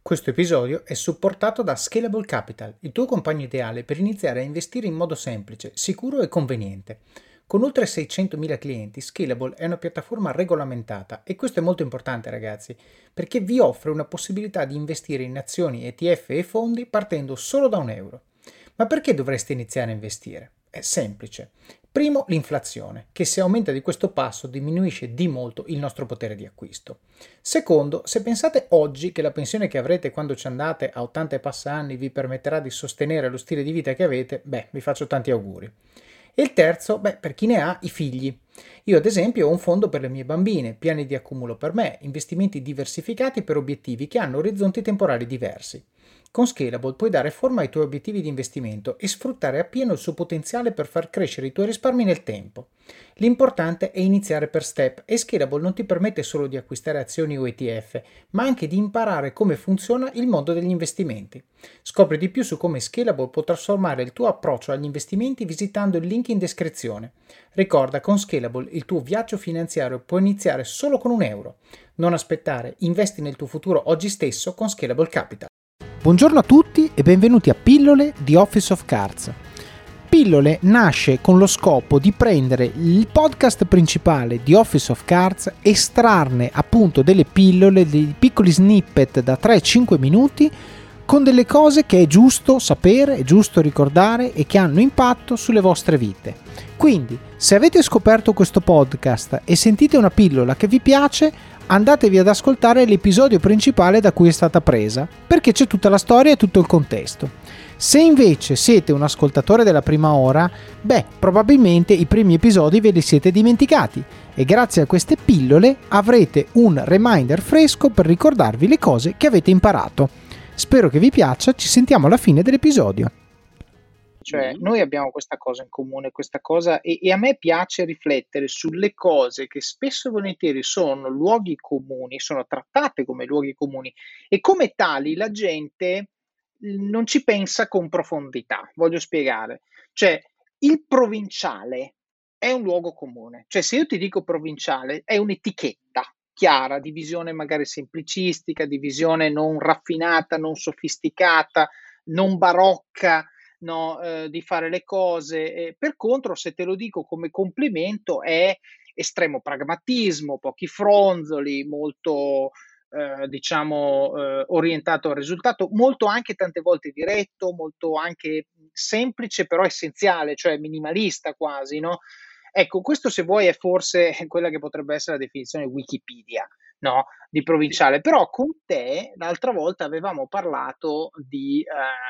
Questo episodio è supportato da Scalable Capital, il tuo compagno ideale per iniziare a investire in modo semplice, sicuro e conveniente. Con oltre 600.000 clienti, Scalable è una piattaforma regolamentata e questo è molto importante ragazzi, perché vi offre una possibilità di investire in azioni, ETF e fondi partendo solo da €1. Ma perché dovreste iniziare a investire? È semplice. Primo, l'inflazione, che se aumenta di questo passo diminuisce di molto il nostro potere di acquisto. Secondo, se pensate oggi che la pensione che avrete quando ci andate a 80 e passa anni vi permetterà di sostenere lo stile di vita che avete, vi faccio tanti auguri. E il terzo, per chi ne ha, i figli. Io ad esempio ho un fondo per le mie bambine, piani di accumulo per me, investimenti diversificati per obiettivi che hanno orizzonti temporali diversi. Con Scalable puoi dare forma ai tuoi obiettivi di investimento e sfruttare appieno il suo potenziale per far crescere i tuoi risparmi nel tempo. L'importante è iniziare per step e Scalable non ti permette solo di acquistare azioni o ETF, ma anche di imparare come funziona il mondo degli investimenti. Scopri di più su come Scalable può trasformare il tuo approccio agli investimenti visitando il link in descrizione. Ricorda, con Scalable il tuo viaggio finanziario può iniziare solo con €1. Non aspettare, investi nel tuo futuro oggi stesso con Scalable Capital. Buongiorno a tutti e benvenuti a Pillole di Office of Cards. Pillole nasce con lo scopo di prendere il podcast principale di Office of Cards, estrarne appunto delle pillole, dei piccoli snippet da 3-5 minuti con delle cose che è giusto sapere, è giusto ricordare e che hanno impatto sulle vostre vite. Quindi, se avete scoperto questo podcast e sentite una pillola che vi piace, andatevi ad ascoltare l'episodio principale da cui è stata presa, perché c'è tutta la storia e tutto il contesto. Se invece siete un ascoltatore della prima ora, probabilmente i primi episodi ve li siete dimenticati e grazie a queste pillole avrete un reminder fresco per ricordarvi le cose che avete imparato. Spero che vi piaccia, ci sentiamo alla fine dell'episodio. Cioè, noi abbiamo questa cosa in comune, questa cosa, e a me piace riflettere sulle cose che spesso e volentieri sono luoghi comuni, sono trattate come luoghi comuni e come tali la gente non ci pensa con profondità. Voglio spiegare. Cioè, il provinciale è un luogo comune. Cioè, se io ti dico provinciale, è un'etichetta chiara, di visione magari semplicistica, di visione non raffinata, non sofisticata, non barocca, no, di fare le cose. Per contro, se te lo dico come complimento, è estremo pragmatismo, pochi fronzoli, molto orientato al risultato, molto anche tante volte diretto, molto anche semplice però essenziale, cioè minimalista quasi, no? Ecco, questo se vuoi è forse quella che potrebbe essere la definizione Wikipedia, no? Di provinciale, però con te l'altra volta avevamo parlato di,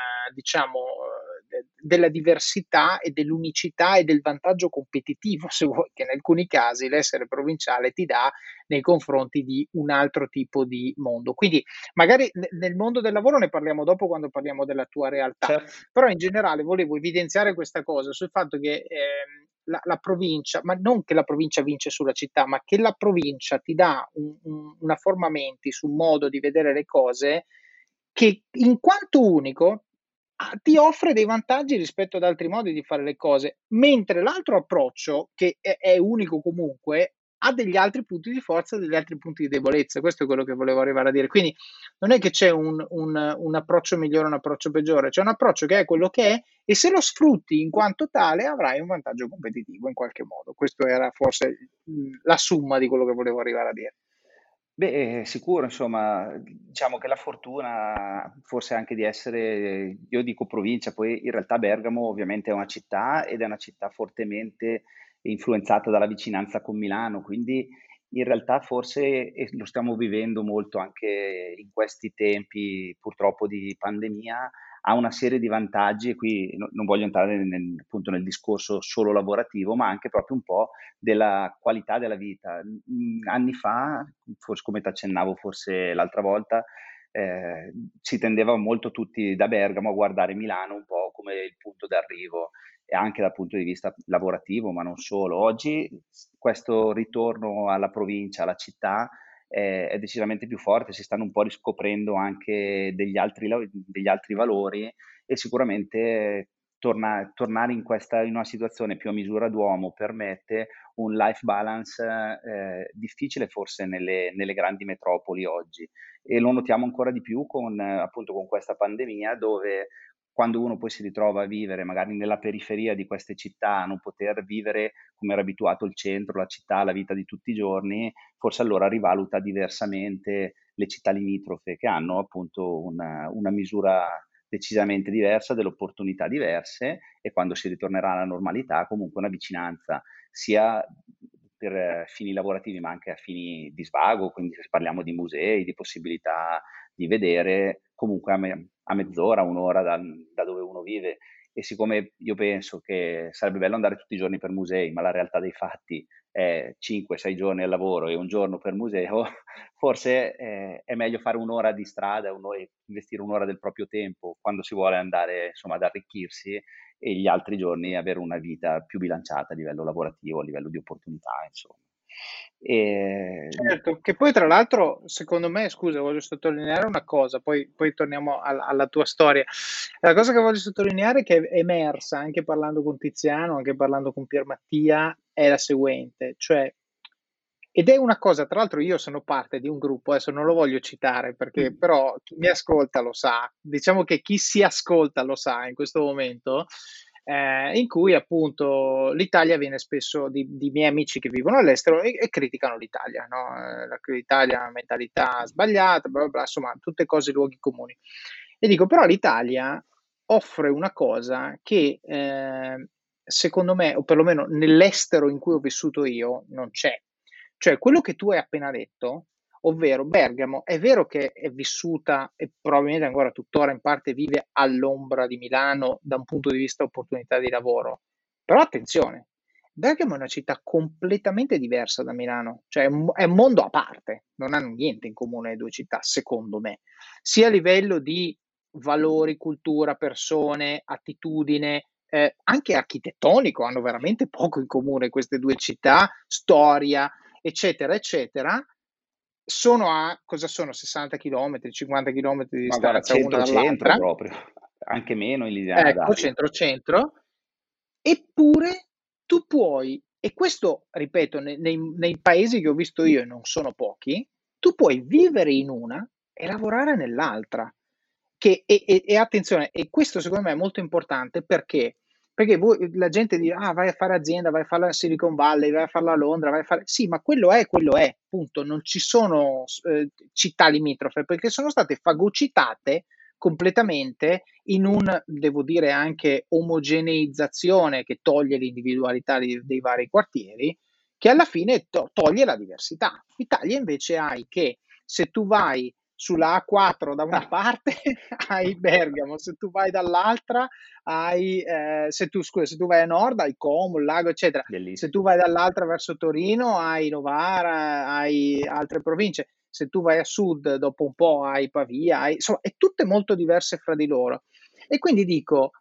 della diversità e dell'unicità e del vantaggio competitivo, se vuoi, che in alcuni casi l'essere provinciale ti dà nei confronti di un altro tipo di mondo. Quindi magari nel mondo del lavoro ne parliamo dopo quando parliamo della tua realtà, Certo. però in generale volevo evidenziare questa cosa sul fatto che la provincia, ma non che la provincia vince sulla città, ma che la provincia ti dà una forma mentis, un modo di vedere le cose che in quanto unico ti offre dei vantaggi rispetto ad altri modi di fare le cose, mentre l'altro approccio, che è unico comunque, ha degli altri punti di forza e degli altri punti di debolezza. Questo è quello che volevo arrivare a dire. Quindi non è che c'è un approccio migliore o un approccio peggiore, c'è un approccio che è quello che è e se lo sfrutti in quanto tale avrai un vantaggio competitivo in qualche modo. Questo era forse la summa di quello che volevo arrivare a dire. Beh, sicuro, insomma, diciamo che la fortuna forse anche di essere, io dico provincia, poi in realtà Bergamo ovviamente è una città ed è una città fortemente influenzata dalla vicinanza con Milano, quindi in realtà forse, e lo stiamo vivendo molto anche in questi tempi purtroppo di pandemia, ha una serie di vantaggi e qui non voglio entrare appunto nel discorso solo lavorativo, ma anche proprio un po' della qualità della vita. Anni fa, forse come ti accennavo forse l'altra volta, si tendeva molto tutti da Bergamo a guardare Milano un po' come il punto d'arrivo e anche dal punto di vista lavorativo, ma non solo. Oggi questo ritorno alla provincia, alla città, è decisamente più forte, si stanno un po' riscoprendo anche degli altri valori e sicuramente tornare in una situazione più a misura d'uomo permette un life balance difficile forse nelle grandi metropoli oggi, e lo notiamo ancora di più appunto con questa pandemia, dove quando uno poi si ritrova a vivere magari nella periferia di queste città, a non poter vivere come era abituato il centro, la città, la vita di tutti i giorni, forse allora rivaluta diversamente le città limitrofe, che hanno appunto una misura decisamente diversa, delle opportunità diverse, e quando si ritornerà alla normalità comunque una vicinanza sia per fini lavorativi ma anche a fini di svago, quindi se parliamo di musei, di possibilità di vedere comunque a mezz'ora, un'ora da dove uno vive. E siccome io penso che sarebbe bello andare tutti i giorni per musei, ma la realtà dei fatti è 5-6 giorni al lavoro e un giorno per museo, forse è meglio fare un'ora di strada, e investire un'ora del proprio tempo quando si vuole andare insomma ad arricchirsi, e gli altri giorni avere una vita più bilanciata a livello lavorativo, a livello di opportunità, insomma. E, Certo, che poi tra l'altro, secondo me, scusa, voglio sottolineare una cosa, poi torniamo alla tua storia. La cosa che voglio sottolineare, che è emersa anche parlando con Tiziano, anche parlando con Pier Mattia, è la seguente, cioè, ed è una cosa, tra l'altro io sono parte di un gruppo, adesso non lo voglio citare perché però chi mi ascolta lo sa, diciamo che chi si ascolta lo sa in questo momento, in cui appunto l'Italia viene spesso di miei amici che vivono all'estero e criticano l'Italia, no? L'Italia ha una mentalità sbagliata, bla bla bla, insomma, tutte cose, luoghi comuni. E dico, però l'Italia offre una cosa che secondo me, o perlomeno nell'estero in cui ho vissuto io, non c'è. Cioè, quello che tu hai appena detto, ovvero Bergamo, è vero che è vissuta e probabilmente ancora tuttora in parte vive all'ombra di Milano da un punto di vista opportunità di lavoro, però attenzione, Bergamo è una città completamente diversa da Milano, cioè è un mondo a parte, non hanno niente in comune le due città, secondo me, sia a livello di valori, cultura, persone, attitudine, anche architettonico, hanno veramente poco in comune queste due città, storia, eccetera, eccetera. Sono a cosa sono 60 km, 50 km di ma guarda, distanza una centro-centro dall'altra, proprio, anche meno in linea ecco, d'Adria. centro-centro, eppure tu puoi, e questo ripeto, nei paesi che ho visto io, e non sono pochi, tu puoi vivere in una e lavorare nell'altra. E attenzione, e questo secondo me è molto importante perché la gente dice, ah, vai a fare azienda, vai a fare la Silicon Valley, vai a farla a Londra, vai a fare... Sì, ma quello è, punto. Non ci sono città limitrofe perché sono state fagocitate completamente in un, devo dire, anche omogeneizzazione che toglie l'individualità dei vari quartieri, che alla fine toglie la diversità. In Italia invece hai che se tu vai sulla A4 da una parte hai Bergamo, se tu vai dall'altra hai, se tu vai a nord hai Como, il lago, eccetera. Se tu Bellissimo. vai dall'altra verso Torino hai Novara, hai altre province. Se tu vai a sud, dopo un po' hai Pavia, insomma, è tutte molto diverse fra di loro. E quindi dico,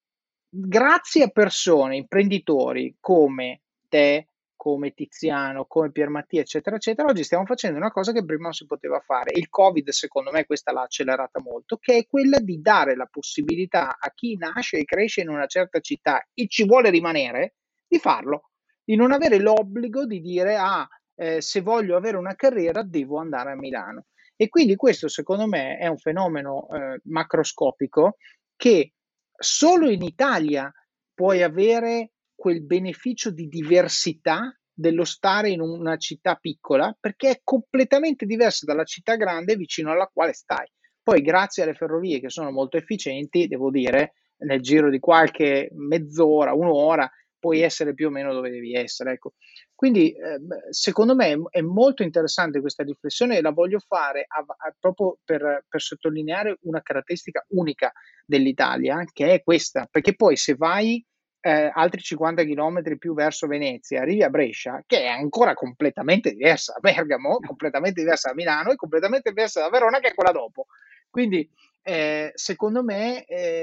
grazie a persone, imprenditori come te, come Tiziano, come Piermattia, eccetera, eccetera, oggi stiamo facendo una cosa che prima non si poteva fare. Il Covid, secondo me, questa l'ha accelerata molto, che è quella di dare la possibilità a chi nasce e cresce in una certa città e ci vuole rimanere, di farlo, di non avere l'obbligo di dire, ah, se voglio avere una carriera devo andare a Milano. E quindi questo, secondo me, è un fenomeno macroscopico che solo in Italia puoi avere quel beneficio di diversità dello stare in una città piccola perché è completamente diversa dalla città grande vicino alla quale stai. Poi, grazie alle ferrovie che sono molto efficienti, devo dire, nel giro di qualche mezz'ora, un'ora, puoi essere più o meno dove devi essere. Ecco. Quindi, secondo me è molto interessante questa riflessione e la voglio fare proprio per sottolineare una caratteristica unica dell'Italia, che è questa, perché poi se vai altri 50 km più verso Venezia, arrivi a Brescia, che è ancora completamente diversa da Bergamo, completamente diversa da Milano e completamente diversa da Verona, che è quella dopo. Quindi, secondo me,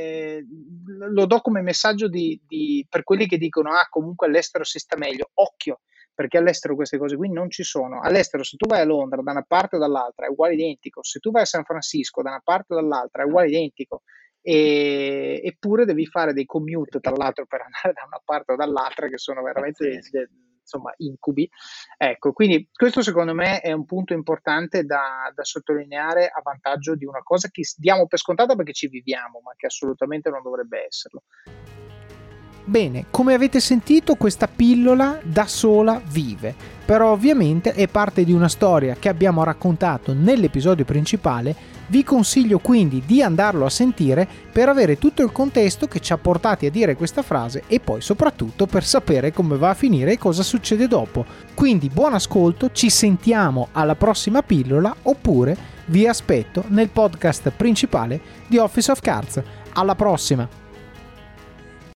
lo do come messaggio per quelli che dicono, ah, comunque all'estero si sta meglio. Occhio, perché all'estero queste cose qui non ci sono. All'estero, se tu vai a Londra da una parte o dall'altra è uguale identico, se tu vai a San Francisco da una parte o dall'altra è uguale identico. eppure devi fare dei commute, tra l'altro, per andare da una parte o dall'altra, che sono veramente insomma incubi. Ecco, quindi questo secondo me è un punto importante da sottolineare a vantaggio di una cosa che diamo per scontata perché ci viviamo, ma che assolutamente non dovrebbe esserlo. Bene, come avete sentito, questa pillola da sola vive, però ovviamente è parte di una storia che abbiamo raccontato nell'episodio principale. Vi consiglio quindi di andarlo a sentire per avere tutto il contesto che ci ha portati a dire questa frase e poi soprattutto per sapere come va a finire e cosa succede dopo. Quindi buon ascolto, ci sentiamo alla prossima pillola oppure vi aspetto nel podcast principale di Office of Cards. Alla prossima!